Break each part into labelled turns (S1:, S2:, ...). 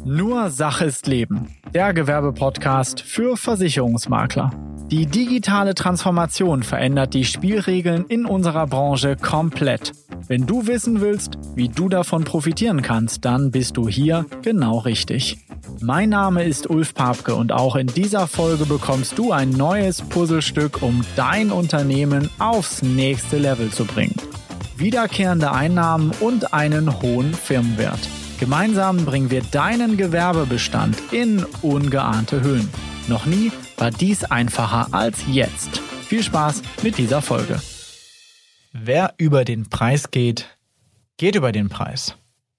S1: Nur Sache ist Leben, der Gewerbepodcast für Versicherungsmakler. Die digitale Transformation verändert die Spielregeln in unserer Branche komplett. Wenn du wissen willst, wie du davon profitieren kannst, dann bist du hier genau richtig. Mein Name ist Ulf Papke und auch in dieser Folge bekommst du ein neues Puzzlestück, um dein Unternehmen aufs nächste Level zu bringen. Wiederkehrende Einnahmen und einen hohen Firmenwert. Gemeinsam bringen wir deinen Gewerbebestand in ungeahnte Höhen. Noch nie war dies einfacher als jetzt. Viel Spaß mit dieser Folge. Wer über den Preis geht, geht über den Preis.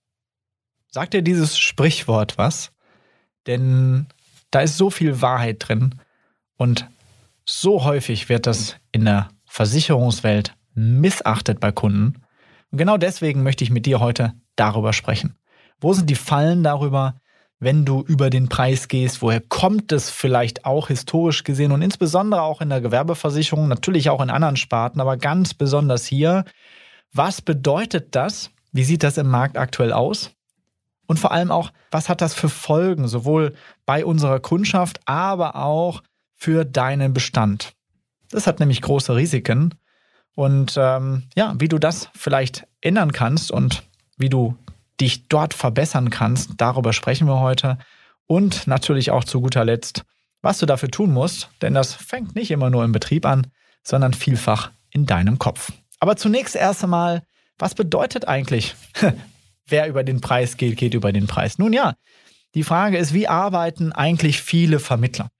S1: Sagt dir dieses Sprichwort was? Denn da ist so viel Wahrheit drin und so häufig wird das in der Versicherungswelt missachtet bei Kunden. Und genau deswegen möchte ich mit dir heute darüber sprechen. Wo sind die Fallen darüber, wenn du über den Preis gehst? Woher kommt es vielleicht auch historisch gesehen und insbesondere auch in der Gewerbeversicherung, natürlich auch in anderen Sparten, aber ganz besonders hier. Was bedeutet das? Wie sieht das im Markt aktuell aus? Und vor allem auch, was hat das für Folgen, sowohl bei unserer Kundschaft, aber auch für deinen Bestand? Das hat nämlich große Risiken. Und wie du das vielleicht ändern kannst und wie du dich dort verbessern kannst, darüber sprechen wir heute. Und natürlich auch zu guter Letzt, was du dafür tun musst, denn das fängt nicht immer nur im Betrieb an, sondern vielfach in deinem Kopf. Aber zunächst erst einmal, was bedeutet eigentlich, wer über den Preis geht, geht über den Preis? Nun ja, die Frage ist, wie arbeiten eigentlich viele Vermittler?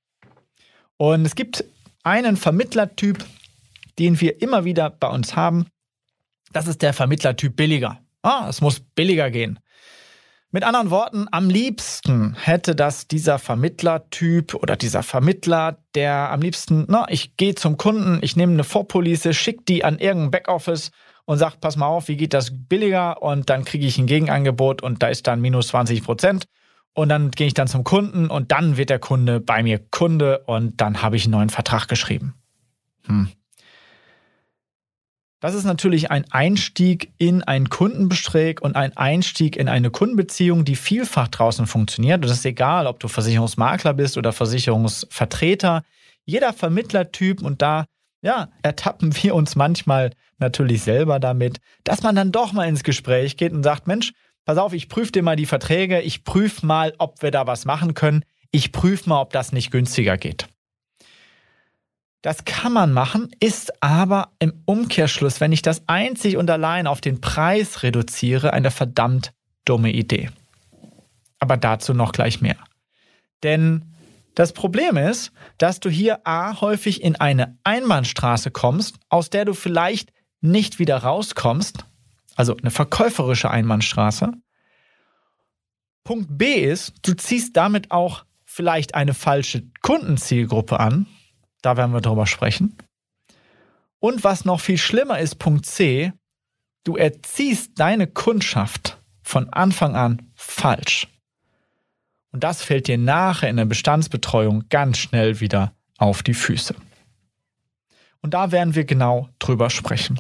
S1: Und es gibt einen Vermittlertyp, den wir immer wieder bei uns haben. Das ist der Vermittlertyp billiger. Es muss billiger gehen. Mit anderen Worten, am liebsten hätte das dieser Vermittlertyp oder dieser Vermittler, der am liebsten, ich gehe zum Kunden, ich nehme eine Vorpolice, schicke die an irgendein Backoffice und sage, pass mal auf, wie geht das billiger? Und dann kriege ich ein Gegenangebot und da ist dann minus 20%. Und dann gehe ich dann zum Kunden und dann wird der Kunde bei mir Kunde und dann habe ich einen neuen Vertrag geschrieben. Das ist natürlich ein Einstieg in ein Kundenbetrag und ein Einstieg in eine Kundenbeziehung, die vielfach draußen funktioniert. Und das ist egal, ob du Versicherungsmakler bist oder Versicherungsvertreter. Jeder Vermittlertyp, und da ertappen wir uns manchmal natürlich selber damit, dass man dann doch mal ins Gespräch geht und sagt, Mensch, pass auf, ich prüfe dir mal die Verträge, ich prüfe mal, ob wir da was machen können, ich prüfe mal, ob das nicht günstiger geht. Das kann man machen, ist aber im Umkehrschluss, wenn ich das einzig und allein auf den Preis reduziere, eine verdammt dumme Idee. Aber dazu noch gleich mehr. Denn das Problem ist, dass du hier häufig in eine Einbahnstraße kommst, aus der du vielleicht nicht wieder rauskommst, also eine verkäuferische Einbahnstraße. Punkt B ist, du ziehst damit auch vielleicht eine falsche Kundenzielgruppe an. Da werden wir drüber sprechen. Und was noch viel schlimmer ist, Punkt C, du erziehst deine Kundschaft von Anfang an falsch. Und das fällt dir nachher in der Bestandsbetreuung ganz schnell wieder auf die Füße. Und da werden wir genau drüber sprechen.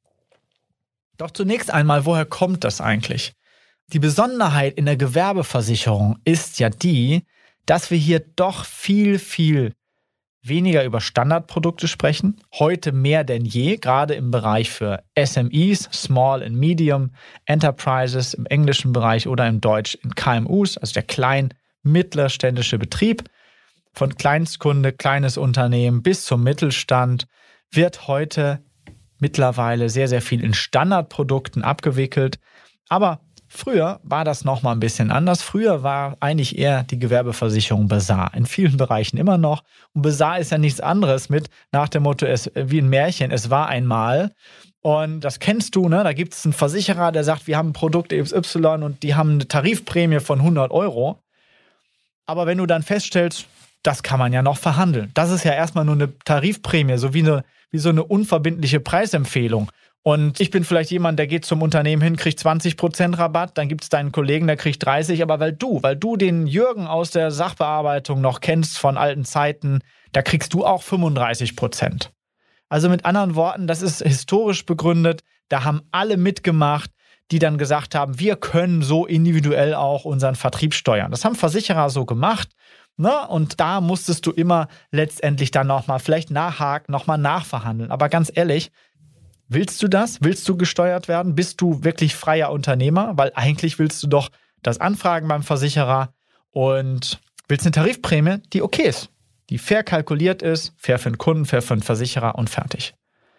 S1: Doch zunächst einmal, woher kommt das eigentlich? Die Besonderheit in der Gewerbeversicherung ist ja die, dass wir hier doch viel, viel weniger über Standardprodukte sprechen, heute mehr denn je, gerade im Bereich für SMEs, Small and Medium Enterprises im englischen Bereich oder im Deutsch in KMUs, also der klein-mittelständische Betrieb. Von Kleinstkunde, kleines Unternehmen bis zum Mittelstand wird heute mittlerweile sehr, sehr viel in Standardprodukten abgewickelt. Aber früher war das nochmal ein bisschen anders. Früher war eigentlich eher die Gewerbeversicherung Basar. In vielen Bereichen immer noch. Und Basar ist ja nichts anderes mit nach dem Motto, wie ein Märchen, es war einmal. Und das kennst du, ne? Da gibt es einen Versicherer, der sagt, wir haben ein Produkt XY und die haben eine Tarifprämie von 100 €. Aber wenn du dann feststellst, das kann man ja noch verhandeln. Das ist ja erstmal nur eine Tarifprämie, so wie so eine unverbindliche Preisempfehlung. Und ich bin vielleicht jemand, der geht zum Unternehmen hin, kriegt 20% Rabatt, dann gibt es deinen Kollegen, der kriegt 30%, aber weil du den Jürgen aus der Sachbearbeitung noch kennst von alten Zeiten, da kriegst du auch 35%. Also mit anderen Worten, das ist historisch begründet, da haben alle mitgemacht, die dann gesagt haben, wir können so individuell auch unseren Vertrieb steuern. Das haben Versicherer so gemacht. Ne? Und da musstest du immer letztendlich dann nochmal vielleicht nachhaken, nochmal nachverhandeln. Aber ganz ehrlich, willst du das? Willst du gesteuert werden? Bist du wirklich freier Unternehmer? Weil eigentlich willst du doch das anfragen beim Versicherer und willst eine Tarifprämie, die okay ist, die fair kalkuliert ist, fair für den Kunden, fair für den Versicherer und fertig.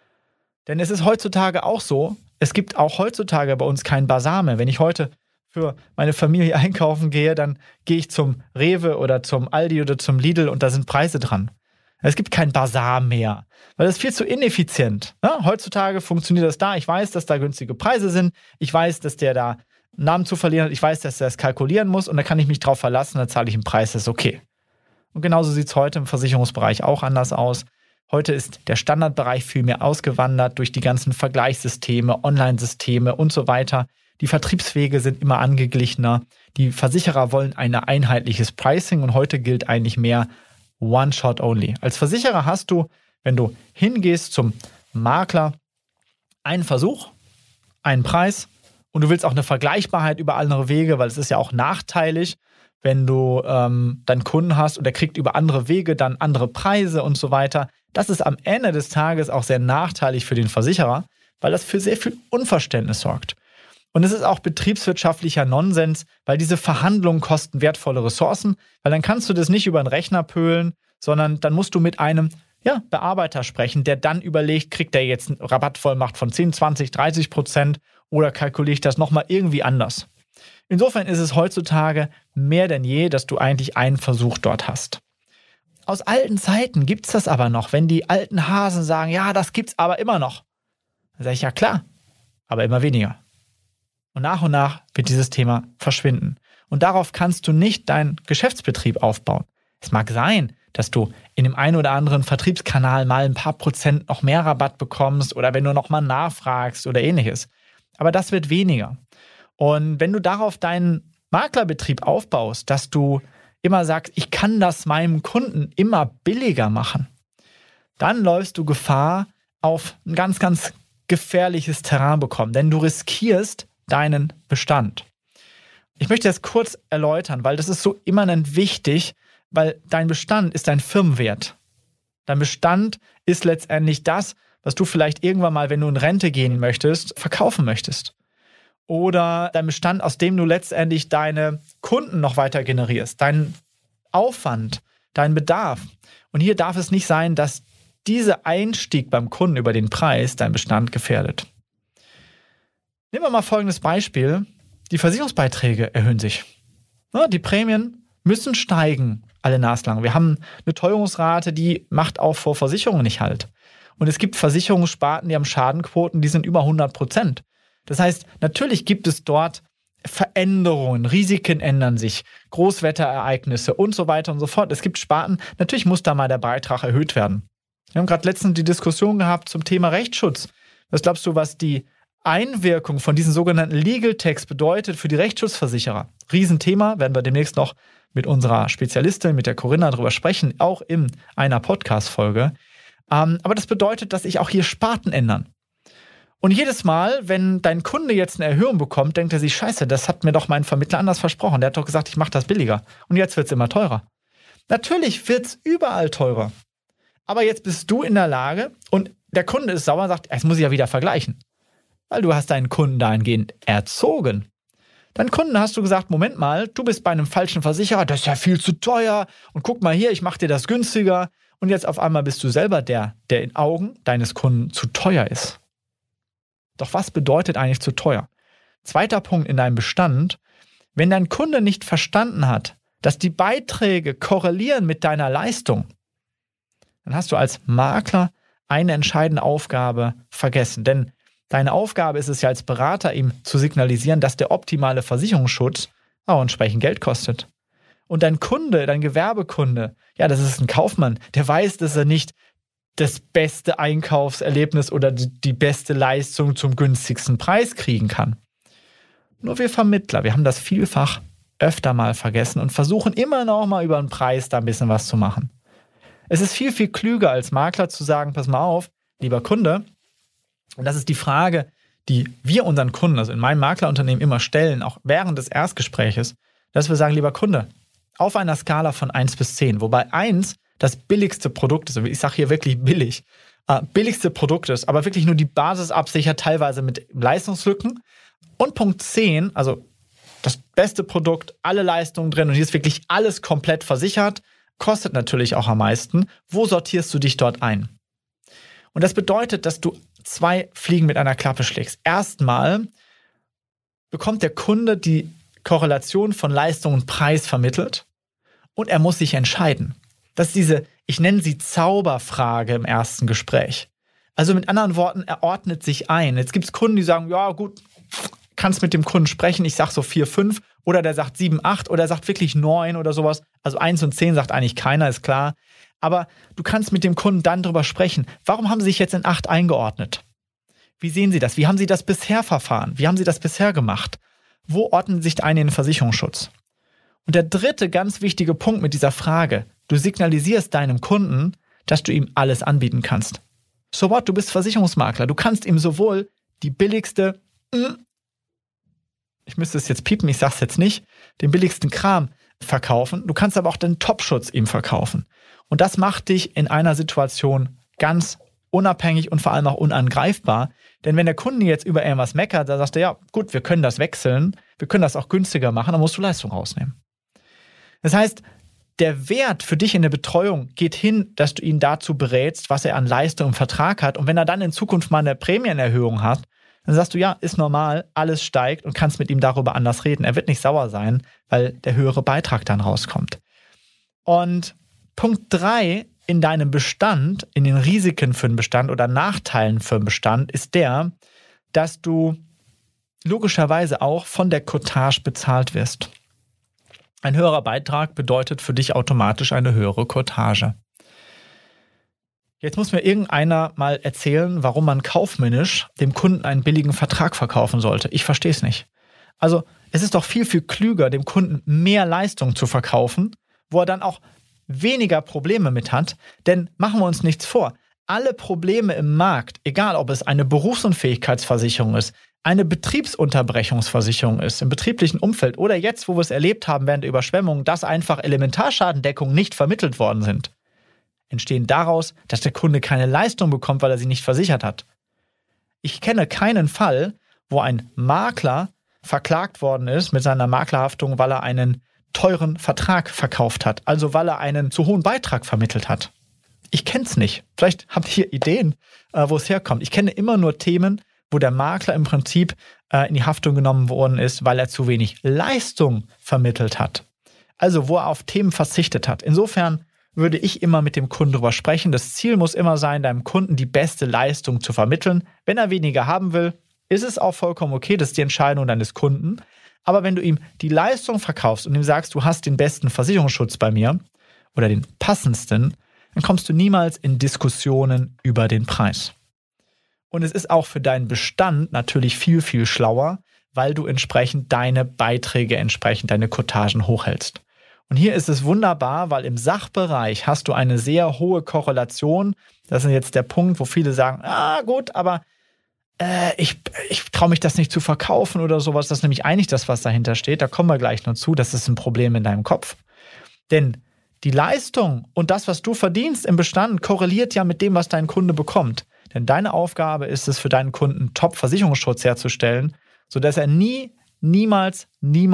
S1: Denn es ist heutzutage auch so, es gibt auch heutzutage bei uns kein Basar mehr. Wenn ich heute für meine Familie einkaufen gehe, dann gehe ich zum Rewe oder zum Aldi oder zum Lidl und da sind Preise dran. Es gibt kein Basar mehr, weil das ist viel zu ineffizient. Ja, heutzutage funktioniert das da. Ich weiß, dass da günstige Preise sind. Ich weiß, dass der da Namen zu verlieren hat. Ich weiß, dass der das kalkulieren muss und da kann ich mich drauf verlassen. Da zahle ich einen Preis, das ist okay. Und genauso sieht es heute im Versicherungsbereich auch anders aus. Heute ist der Standardbereich viel mehr ausgewandert durch die ganzen Vergleichssysteme, Online-Systeme und so weiter. Die Vertriebswege sind immer angeglichener. Die Versicherer wollen ein einheitliches Pricing und heute gilt eigentlich mehr One-Shot-Only. Als Versicherer hast du, wenn du hingehst zum Makler, einen Versuch, einen Preis und du willst auch eine Vergleichbarkeit über andere Wege, weil es ist ja auch nachteilig, wenn du deinen Kunden hast und der kriegt über andere Wege dann andere Preise und so weiter. Das ist am Ende des Tages auch sehr nachteilig für den Versicherer, weil das für sehr viel Unverständnis sorgt. Und es ist auch betriebswirtschaftlicher Nonsens, weil diese Verhandlungen kosten wertvolle Ressourcen, weil dann kannst du das nicht über einen Rechner pölen, sondern dann musst du mit einem Bearbeiter sprechen, der dann überlegt, kriegt er jetzt eine Rabattvollmacht von 10, 20, 30% oder kalkuliere ich das nochmal irgendwie anders. Insofern ist es heutzutage mehr denn je, dass du eigentlich einen Versuch dort hast. Aus alten Zeiten gibt es das aber noch, wenn die alten Hasen sagen, ja, das gibt's aber immer noch. Dann sage ich, ja klar, aber immer weniger. Und nach wird dieses Thema verschwinden. Und darauf kannst du nicht deinen Geschäftsbetrieb aufbauen. Es mag sein, dass du in dem einen oder anderen Vertriebskanal mal ein paar Prozent noch mehr Rabatt bekommst oder wenn du noch mal nachfragst oder ähnliches. Aber das wird weniger. Und wenn du darauf deinen Maklerbetrieb aufbaust, dass du immer sagst, ich kann das meinem Kunden immer billiger machen, dann läufst du Gefahr, auf ein ganz, ganz gefährliches Terrain bekommen. Denn du riskierst deinen Bestand. Ich möchte das kurz erläutern, weil das ist so immanent wichtig, weil dein Bestand ist dein Firmenwert. Dein Bestand ist letztendlich das, was du vielleicht irgendwann mal, wenn du in Rente gehen möchtest, verkaufen möchtest. Oder dein Bestand, aus dem du letztendlich deine Kunden noch weiter generierst, deinen Aufwand, deinen Bedarf. Und hier darf es nicht sein, dass dieser Einstieg beim Kunden über den Preis deinen Bestand gefährdet. Nehmen wir mal folgendes Beispiel. Die Versicherungsbeiträge erhöhen sich. Die Prämien müssen steigen, alle naslang. Wir haben eine Teuerungsrate, die macht auch vor Versicherungen nicht halt. Und es gibt Versicherungssparten, die haben Schadenquoten, die sind über 100%. Das heißt, natürlich gibt es dort Veränderungen, Risiken ändern sich, Großwetterereignisse und so weiter und so fort. Es gibt Sparten, natürlich muss da mal der Beitrag erhöht werden. Wir haben gerade letztens die Diskussion gehabt zum Thema Rechtsschutz. Was glaubst du, was die Einwirkung von diesen sogenannten Legal Techs bedeutet für die Rechtsschutzversicherer? Riesenthema, werden wir demnächst noch mit unserer Spezialistin, mit der Corinna, drüber sprechen, auch in einer Podcast-Folge. Aber das bedeutet, dass sich auch hier Sparten ändern. Und jedes Mal, wenn dein Kunde jetzt eine Erhöhung bekommt, denkt er sich, scheiße, das hat mir doch mein Vermittler anders versprochen. Der hat doch gesagt, ich mache das billiger. Und jetzt wird es immer teurer. Natürlich wird es überall teurer. Aber jetzt bist du in der Lage und der Kunde ist sauer und sagt, jetzt muss ich ja wieder vergleichen. Weil du hast deinen Kunden dahingehend erzogen. Deinen Kunden hast du gesagt, Moment mal, du bist bei einem falschen Versicherer, das ist ja viel zu teuer. Und guck mal hier, ich mache dir das günstiger. Und jetzt auf einmal bist du selber der in Augen deines Kunden zu teuer ist. Doch was bedeutet eigentlich zu teuer? Zweiter Punkt in deinem Bestand, wenn dein Kunde nicht verstanden hat, dass die Beiträge korrelieren mit deiner Leistung, dann hast du als Makler eine entscheidende Aufgabe vergessen. Denn deine Aufgabe ist es ja als Berater, ihm zu signalisieren, dass der optimale Versicherungsschutz auch entsprechend Geld kostet. Und dein Kunde, dein Gewerbekunde, ja, das ist ein Kaufmann, der weiß, dass er nicht das beste Einkaufserlebnis oder die beste Leistung zum günstigsten Preis kriegen kann. Nur wir Vermittler, wir haben das vielfach öfter mal vergessen und versuchen immer noch mal über den Preis da ein bisschen was zu machen. Es ist viel, viel klüger als Makler zu sagen, pass mal auf, lieber Kunde, und das ist die Frage, die wir unseren Kunden, also in meinem Maklerunternehmen, immer stellen, auch während des Erstgespräches, dass wir sagen, lieber Kunde, auf einer Skala von 1 bis 10, wobei 1 das billigste Produkt ist, ich sage hier wirklich billig, billigste Produkt ist, aber wirklich nur die Basis absichert, teilweise mit Leistungslücken. Und Punkt 10, also das beste Produkt, alle Leistungen drin und hier ist wirklich alles komplett versichert, kostet natürlich auch am meisten. Wo sortierst du dich dort ein? Und das bedeutet, dass du 2 Fliegen mit einer Klappe schlägst. Erstmal bekommt der Kunde die Korrelation von Leistung und Preis vermittelt und er muss sich entscheiden. Das ist diese, ich nenne sie Zauberfrage im ersten Gespräch. Also mit anderen Worten, er ordnet sich ein. Jetzt gibt es Kunden, die sagen, ja gut, kannst mit dem Kunden sprechen, ich sage so 4, 5 oder der sagt 7, 8 oder er sagt wirklich 9 oder sowas. Also 1 und 10 sagt eigentlich keiner, ist klar. Aber du kannst mit dem Kunden dann drüber sprechen. Warum haben Sie sich jetzt in 8 eingeordnet? Wie sehen Sie das? Wie haben Sie das bisher verfahren? Wie haben Sie das bisher gemacht? Wo ordnen Sie sich ein in den Versicherungsschutz? Und der dritte ganz wichtige Punkt mit dieser Frage, du signalisierst deinem Kunden, dass du ihm alles anbieten kannst. So what? Du bist Versicherungsmakler. Du kannst ihm sowohl die billigste, ich müsste es jetzt piepen, ich sag's jetzt nicht, den billigsten Kram verkaufen. Du kannst aber auch den Top-Schutz ihm verkaufen. Und das macht dich in einer Situation ganz unabhängig und vor allem auch unangreifbar. Denn wenn der Kunde jetzt über irgendwas meckert, dann sagst du, ja gut, wir können das wechseln, wir können das auch günstiger machen, dann musst du Leistung rausnehmen. Das heißt, der Wert für dich in der Betreuung geht hin, dass du ihn dazu berätst, was er an Leistung im Vertrag hat. Und wenn er dann in Zukunft mal eine Prämienerhöhung hat, dann sagst du, ja, ist normal, alles steigt und kannst mit ihm darüber anders reden. Er wird nicht sauer sein, weil der höhere Beitrag dann rauskommt. Und Punkt 3 in deinem Bestand, in den Risiken für den Bestand oder Nachteilen für den Bestand, ist der, dass du logischerweise auch von der Cottage bezahlt wirst. Ein höherer Beitrag bedeutet für dich automatisch eine höhere Cottage. Jetzt muss mir irgendeiner mal erzählen, warum man kaufmännisch dem Kunden einen billigen Vertrag verkaufen sollte. Ich verstehe es nicht. Also es ist doch viel, viel klüger, dem Kunden mehr Leistung zu verkaufen, wo er dann auch weniger Probleme mit hat. Denn machen wir uns nichts vor, alle Probleme im Markt, egal ob es eine Berufsunfähigkeitsversicherung ist, eine Betriebsunterbrechungsversicherung ist, im betrieblichen Umfeld oder jetzt, wo wir es erlebt haben während der Überschwemmung, dass einfach Elementarschadendeckungen nicht vermittelt worden sind, entstehen daraus, dass der Kunde keine Leistung bekommt, weil er sie nicht versichert hat. Ich kenne keinen Fall, wo ein Makler verklagt worden ist mit seiner Maklerhaftung, weil er einen teuren Vertrag verkauft hat, also weil er einen zu hohen Beitrag vermittelt hat. Ich kenne es nicht. Vielleicht habt ihr Ideen, wo es herkommt. Ich kenne immer nur Themen, wo der Makler im Prinzip in die Haftung genommen worden ist, weil er zu wenig Leistung vermittelt hat. Also wo er auf Themen verzichtet hat. Insofern würde ich immer mit dem Kunden darüber sprechen. Das Ziel muss immer sein, deinem Kunden die beste Leistung zu vermitteln. Wenn er weniger haben will, ist es auch vollkommen okay. Das ist die Entscheidung deines Kunden. Aber wenn du ihm die Leistung verkaufst und ihm sagst, du hast den besten Versicherungsschutz bei mir oder den passendsten, dann kommst du niemals in Diskussionen über den Preis. Und es ist auch für deinen Bestand natürlich viel, viel schlauer, weil du entsprechend deine Beiträge, entsprechend deine Cottagen hochhältst. Und hier ist es wunderbar, weil im Sachbereich hast du eine sehr hohe Korrelation. Das ist jetzt der Punkt, wo viele sagen, gut, aber ich traue mich das nicht zu verkaufen oder sowas. Das ist nämlich eigentlich das, was dahinter steht. Da kommen wir gleich noch zu. Das ist ein Problem in deinem Kopf. Denn die Leistung und das, was du verdienst im Bestand, korreliert ja mit dem, was dein Kunde bekommt. Denn deine Aufgabe ist es, für deinen Kunden Top-Versicherungsschutz herzustellen, sodass er niemals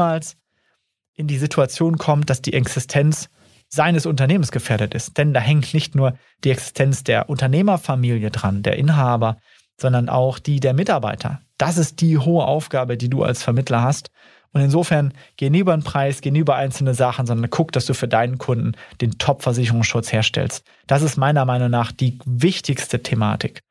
S1: in die Situation kommt, dass die Existenz seines Unternehmens gefährdet ist. Denn da hängt nicht nur die Existenz der Unternehmerfamilie dran, der Inhaber, sondern auch die der Mitarbeiter. Das ist die hohe Aufgabe, die du als Vermittler hast. Und insofern geh nie über den Preis, geh nie über einzelne Sachen, sondern guck, dass du für deinen Kunden den Top-Versicherungsschutz herstellst. Das ist meiner Meinung nach die wichtigste Thematik.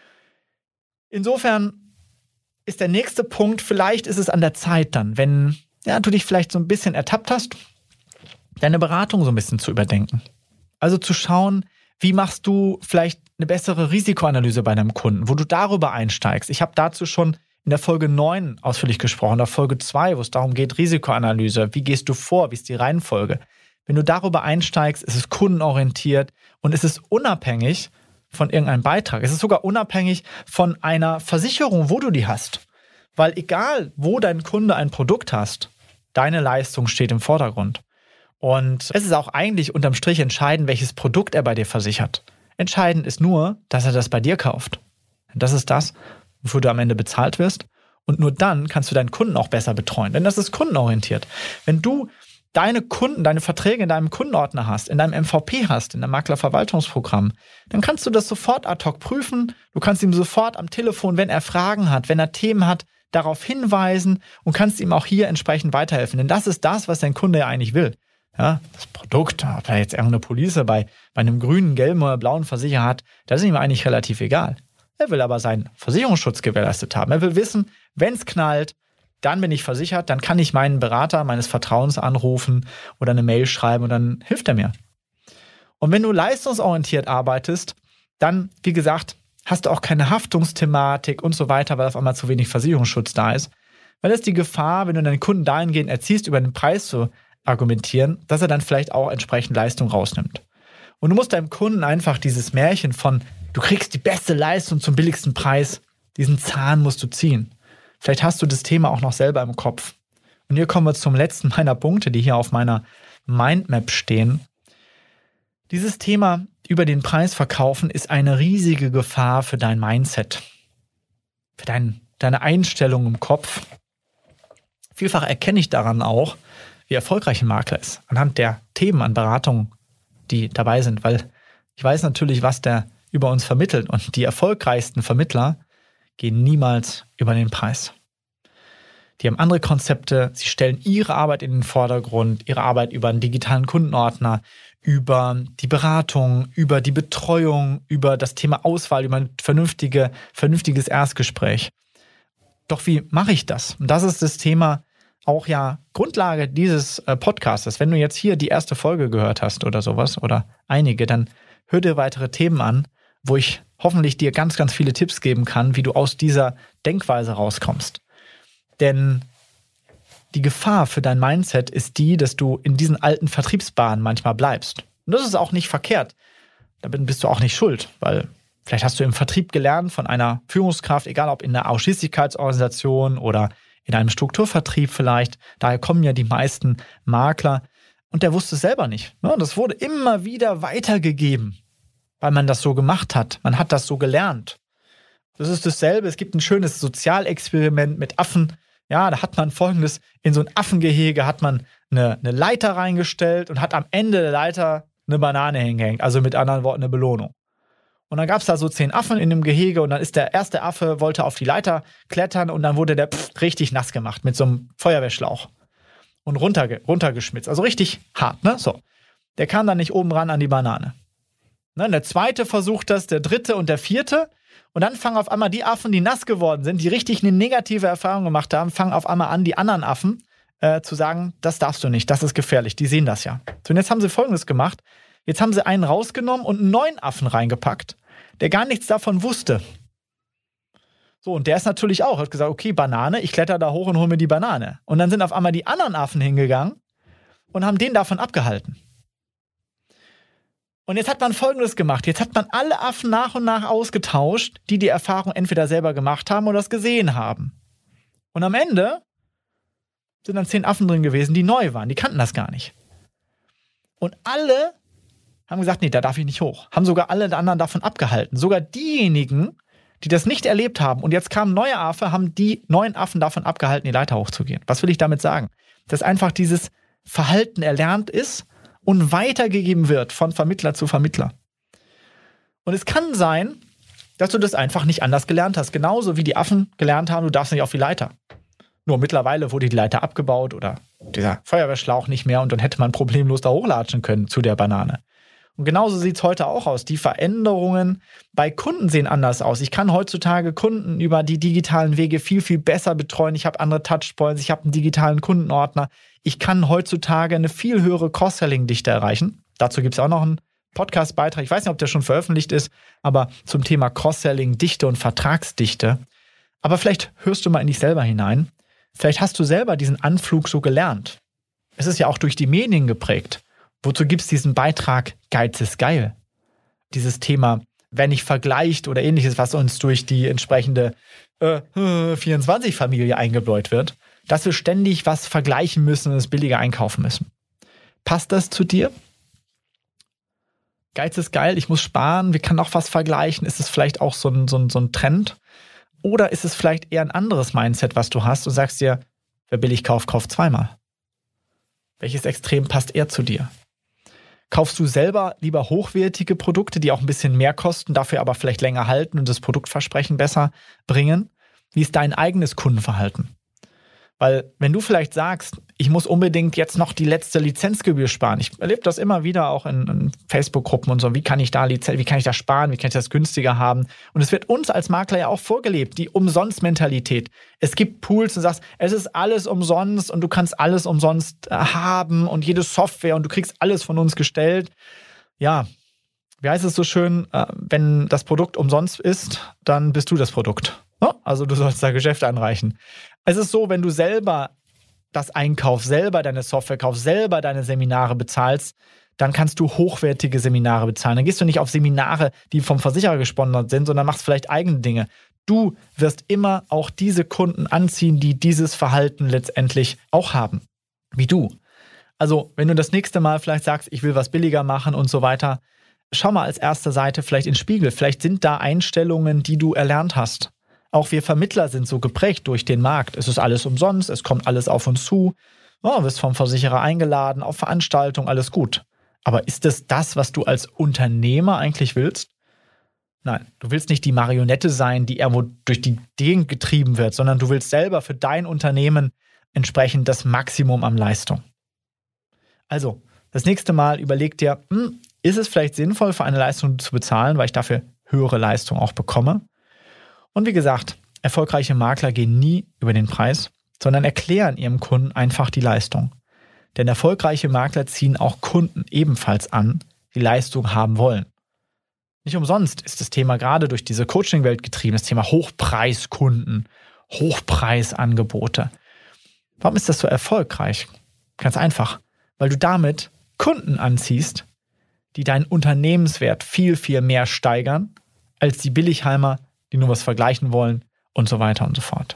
S1: Insofern ist der nächste Punkt, vielleicht ist es an der Zeit dann, wenn du dich vielleicht so ein bisschen ertappt hast, deine Beratung so ein bisschen zu überdenken. Also zu schauen, wie machst du vielleicht eine bessere Risikoanalyse bei deinem Kunden, wo du darüber einsteigst. Ich habe dazu schon in der Folge 9 ausführlich gesprochen, in der Folge 2, wo es darum geht, Risikoanalyse, wie gehst du vor, wie ist die Reihenfolge. Wenn du darüber einsteigst, ist es kundenorientiert und ist es unabhängig von irgendeinem Beitrag. Es ist sogar unabhängig von einer Versicherung, wo du die hast. Weil egal, wo dein Kunde ein Produkt hast, deine Leistung steht im Vordergrund. Und es ist auch eigentlich unterm Strich entscheidend, welches Produkt er bei dir versichert. Entscheidend ist nur, dass er das bei dir kauft. Das ist das, wofür du am Ende bezahlt wirst. Und nur dann kannst du deinen Kunden auch besser betreuen. Denn das ist kundenorientiert. Wenn du deine Kunden, deine Verträge in deinem Kundenordner hast, in deinem MVP hast, in deinem Maklerverwaltungsprogramm, dann kannst du das sofort ad hoc prüfen. Du kannst ihm sofort am Telefon, wenn er Fragen hat, wenn er Themen hat, darauf hinweisen und kannst ihm auch hier entsprechend weiterhelfen. Denn das ist das, was dein Kunde ja eigentlich will. Ja, das Produkt, ob er jetzt irgendeine Police bei einem grünen, gelben oder blauen Versicherer hat, das ist ihm eigentlich relativ egal. Er will aber seinen Versicherungsschutz gewährleistet haben. Er will wissen, wenn es knallt, dann bin ich versichert, dann kann ich meinen Berater meines Vertrauens anrufen oder eine Mail schreiben und dann hilft er mir. Und wenn du leistungsorientiert arbeitest, dann, wie gesagt, hast du auch keine Haftungsthematik und so weiter, weil auf einmal zu wenig Versicherungsschutz da ist. Weil das ist die Gefahr, wenn du deinen Kunden dahingehend erziehst, über den Preis zu argumentieren, dass er dann vielleicht auch entsprechend Leistung rausnimmt. Und du musst deinem Kunden einfach dieses Märchen von, du kriegst die beste Leistung zum billigsten Preis, diesen Zahn musst du ziehen. Vielleicht hast du das Thema auch noch selber im Kopf. Und hier kommen wir zum letzten meiner Punkte, die hier auf meiner Mindmap stehen. Dieses Thema über den Preis verkaufen ist eine riesige Gefahr für dein Mindset, für deine Einstellung im Kopf. Vielfach erkenne ich daran auch, wie erfolgreich ein Makler ist, anhand der Themen an Beratungen, die dabei sind, weil ich weiß natürlich, was der über uns vermittelt und die erfolgreichsten Vermittler gehen niemals über den Preis. Die haben andere Konzepte, sie stellen ihre Arbeit in den Vordergrund, ihre Arbeit über einen digitalen Kundenordner, über die Beratung, über die Betreuung, über das Thema Auswahl, über ein vernünftiges Erstgespräch. Doch wie mache ich das? Und das ist das Thema, auch ja Grundlage dieses Podcastes. Wenn du jetzt hier die erste Folge gehört hast oder sowas oder einige, dann hör dir weitere Themen an, wo ich hoffentlich dir ganz, ganz viele Tipps geben kann, wie du aus dieser Denkweise rauskommst. Denn die Gefahr für dein Mindset ist die, dass du in diesen alten Vertriebsbahnen manchmal bleibst. Und das ist auch nicht verkehrt. Damit bist du auch nicht schuld, weil vielleicht hast du im Vertrieb gelernt von einer Führungskraft, egal ob in einer Ausschließlichkeitsorganisation oder in einem Strukturvertrieb vielleicht. Daher kommen ja die meisten Makler. Und der wusste es selber nicht. Das wurde immer wieder weitergegeben, weil man das so gemacht hat. Man hat das so gelernt. Das ist dasselbe. Es gibt ein schönes Sozialexperiment mit Affen. Ja, da hat man Folgendes: In so ein Affengehege hat man eine Leiter reingestellt und hat am Ende der Leiter eine Banane hingehängt. Also mit anderen Worten eine Belohnung. Und dann gab es da so 10 Affen in dem Gehege und dann ist der erste Affe, wollte auf die Leiter klettern und dann wurde der richtig nass gemacht mit so einem Feuerwehrschlauch und runtergeschmitzt. Also richtig hart, ne? So. Der kam dann nicht oben ran an die Banane. Ne? Der zweite versucht das, der dritte und der vierte. Und dann fangen auf einmal die Affen, die nass geworden sind, die richtig eine negative Erfahrung gemacht haben, fangen auf einmal an, die anderen Affen zu sagen, das darfst du nicht, das ist gefährlich, die sehen das ja. So, und jetzt haben sie Folgendes gemacht. Jetzt haben sie einen rausgenommen und einen neuen Affen reingepackt, der gar nichts davon wusste. So, und der ist natürlich auch, hat gesagt, okay, Banane, ich kletter da hoch und hole mir die Banane. Und dann sind auf einmal die anderen Affen hingegangen und haben den davon abgehalten. Und jetzt hat man Folgendes gemacht. Jetzt hat man alle Affen nach und nach ausgetauscht, die Erfahrung entweder selber gemacht haben oder das gesehen haben. Und am Ende sind dann 10 Affen drin gewesen, die neu waren. Die kannten das gar nicht. Und alle haben gesagt, nee, da darf ich nicht hoch. Haben sogar alle anderen davon abgehalten. Sogar diejenigen, die das nicht erlebt haben und jetzt kamen neue Affen, haben die neuen Affen davon abgehalten, die Leiter hochzugehen. Was will ich damit sagen? Dass einfach dieses Verhalten erlernt ist und weitergegeben wird von Vermittler zu Vermittler. Und es kann sein, dass du das einfach nicht anders gelernt hast. Genauso wie die Affen gelernt haben, du darfst nicht auf die Leiter. Nur mittlerweile wurde die Leiter abgebaut oder dieser Feuerwehrschlauch nicht mehr und dann hätte man problemlos da hochlatschen können zu der Banane. Und genauso sieht es heute auch aus. Die Veränderungen bei Kunden sehen anders aus. Ich kann heutzutage Kunden über die digitalen Wege viel, viel besser betreuen. Ich habe andere Touchpoints, ich habe einen digitalen Kundenordner. Ich kann heutzutage eine viel höhere Cross-Selling-Dichte erreichen. Dazu gibt es auch noch einen Podcast-Beitrag. Ich weiß nicht, ob der schon veröffentlicht ist, aber zum Thema Cross-Selling, Dichte und Vertragsdichte. Aber vielleicht hörst du mal in dich selber hinein. Vielleicht hast du selber diesen Anflug so gelernt. Es ist ja auch durch die Medien geprägt. Wozu gibt es diesen Beitrag Geiz ist geil? Dieses Thema wenn nicht vergleicht oder ähnliches, was uns durch die entsprechende 24-Familie eingebläut wird, dass wir ständig was vergleichen müssen und es billiger einkaufen müssen. Passt das zu dir? Geiz ist geil, ich muss sparen, wir können auch was vergleichen. Ist es vielleicht auch so ein Trend? Oder ist es vielleicht eher ein anderes Mindset, was du hast und sagst dir, wer billig kauft, kauft zweimal? Welches Extrem passt eher zu dir? Kaufst du selber lieber hochwertige Produkte, die auch ein bisschen mehr kosten, dafür aber vielleicht länger halten und das Produktversprechen besser bringen? Wie ist dein eigenes Kundenverhalten? Weil wenn du vielleicht sagst, ich muss unbedingt jetzt noch die letzte Lizenzgebühr sparen. Ich erlebe das immer wieder auch in Facebook-Gruppen und so. Wie kann ich da sparen? Wie kann ich das günstiger haben? Und es wird uns als Makler ja auch vorgelebt, die Umsonst-Mentalität. Es gibt Pools und du sagst, es ist alles umsonst und du kannst alles umsonst haben und jede Software und du kriegst alles von uns gestellt. Ja, wie heißt es so schön, wenn das Produkt umsonst ist, dann bist du das Produkt. Also du sollst da Geschäft anreichen. Es ist so, wenn du selber das einkaufst, selber deine Software kaufst, selber deine Seminare bezahlst, dann kannst du hochwertige Seminare bezahlen. Dann gehst du nicht auf Seminare, die vom Versicherer gesponsert sind, sondern machst vielleicht eigene Dinge. Du wirst immer auch diese Kunden anziehen, die dieses Verhalten letztendlich auch haben, wie du. Also, wenn du das nächste Mal vielleicht sagst, ich will was billiger machen und so weiter, schau mal als erste Seite vielleicht in den Spiegel. Vielleicht sind da Einstellungen, die du erlernt hast. Auch wir Vermittler sind so geprägt durch den Markt. Es ist alles umsonst, es kommt alles auf uns zu. Du wirst vom Versicherer eingeladen, auf Veranstaltungen, alles gut. Aber ist es das, was du als Unternehmer eigentlich willst? Nein, du willst nicht die Marionette sein, die irgendwo durch die Gegend getrieben wird, sondern du willst selber für dein Unternehmen entsprechend das Maximum an Leistung. Also, das nächste Mal überleg dir, ist es vielleicht sinnvoll, für eine Leistung zu bezahlen, weil ich dafür höhere Leistung auch bekomme? Und wie gesagt, erfolgreiche Makler gehen nie über den Preis, sondern erklären ihrem Kunden einfach die Leistung. Denn erfolgreiche Makler ziehen auch Kunden ebenfalls an, die Leistung haben wollen. Nicht umsonst ist das Thema gerade durch diese Coaching-Welt getrieben, das Thema Hochpreiskunden, Hochpreisangebote. Warum ist das so erfolgreich? Ganz einfach, weil du damit Kunden anziehst, die deinen Unternehmenswert viel, viel mehr steigern, als die Billigheimer, die nur was vergleichen wollen und so weiter und so fort.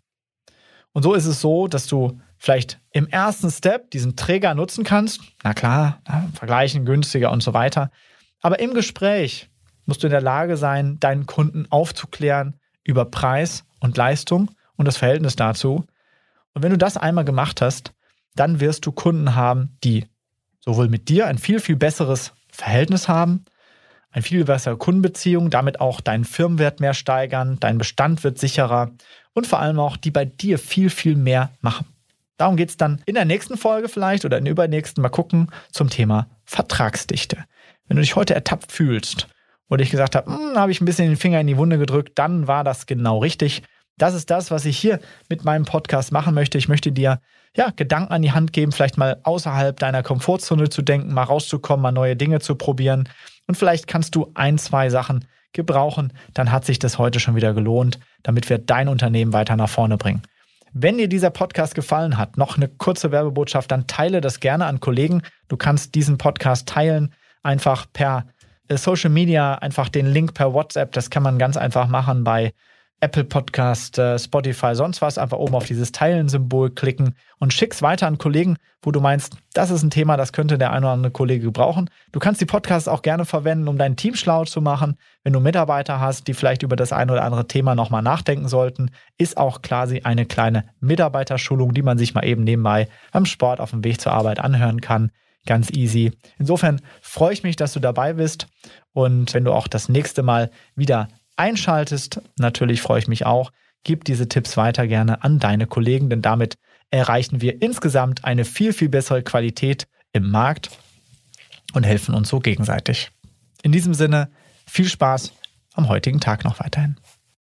S1: Und so ist es so, dass du vielleicht im ersten Step diesen Träger nutzen kannst. Na klar, vergleichen, günstiger und so weiter. Aber im Gespräch musst du in der Lage sein, deinen Kunden aufzuklären über Preis und Leistung und das Verhältnis dazu. Und wenn du das einmal gemacht hast, dann wirst du Kunden haben, die sowohl mit dir ein viel, viel besseres Verhältnis haben, eine viel bessere Kundenbeziehung, damit auch deinen Firmenwert mehr steigern, dein Bestand wird sicherer und vor allem auch die bei dir viel, viel mehr machen. Darum geht es dann in der nächsten Folge vielleicht oder in der übernächsten, mal gucken, zum Thema Vertragsdichte. Wenn du dich heute ertappt fühlst oder ich gesagt habe, habe ich ein bisschen den Finger in die Wunde gedrückt, dann war das genau richtig. Das ist das, was ich hier mit meinem Podcast machen möchte. Ich möchte dir Gedanken an die Hand geben, vielleicht mal außerhalb deiner Komfortzone zu denken, mal rauszukommen, mal neue Dinge zu probieren. Und vielleicht kannst du 1, 2 Sachen gebrauchen, dann hat sich das heute schon wieder gelohnt, damit wir dein Unternehmen weiter nach vorne bringen. Wenn dir dieser Podcast gefallen hat, noch eine kurze Werbebotschaft, dann teile das gerne an Kollegen. Du kannst diesen Podcast teilen, einfach per Social Media, einfach den Link per WhatsApp. Das kann man ganz einfach machen bei Apple Podcast, Spotify, sonst was. Einfach oben auf dieses Teilen-Symbol klicken und schick's weiter an Kollegen, wo du meinst, das ist ein Thema, das könnte der ein oder andere Kollege gebrauchen. Du kannst die Podcasts auch gerne verwenden, um dein Team schlau zu machen. Wenn du Mitarbeiter hast, die vielleicht über das ein oder andere Thema nochmal nachdenken sollten, ist auch quasi eine kleine Mitarbeiterschulung, die man sich mal eben nebenbei beim Sport auf dem Weg zur Arbeit anhören kann. Ganz easy. Insofern freue ich mich, dass du dabei bist und wenn du auch das nächste Mal wieder einschaltest, natürlich freue ich mich auch. Gib diese Tipps weiter gerne an deine Kollegen, denn damit erreichen wir insgesamt eine viel, viel bessere Qualität im Markt und helfen uns so gegenseitig. In diesem Sinne, viel Spaß am heutigen Tag noch weiterhin.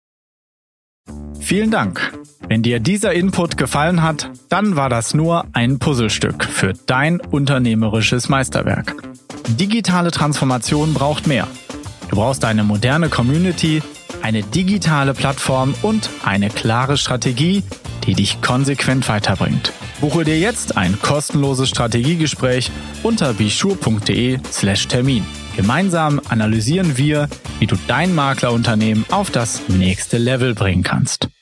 S1: Vielen Dank. Wenn dir dieser Input gefallen hat, dann war das nur ein Puzzlestück für dein unternehmerisches Meisterwerk. Digitale Transformation braucht mehr. Du brauchst eine moderne Community, eine digitale Plattform und eine klare Strategie, die dich konsequent weiterbringt. Buche dir jetzt ein kostenloses Strategiegespräch unter bsure.de/Termin. Gemeinsam analysieren wir, wie du dein Maklerunternehmen auf das nächste Level bringen kannst.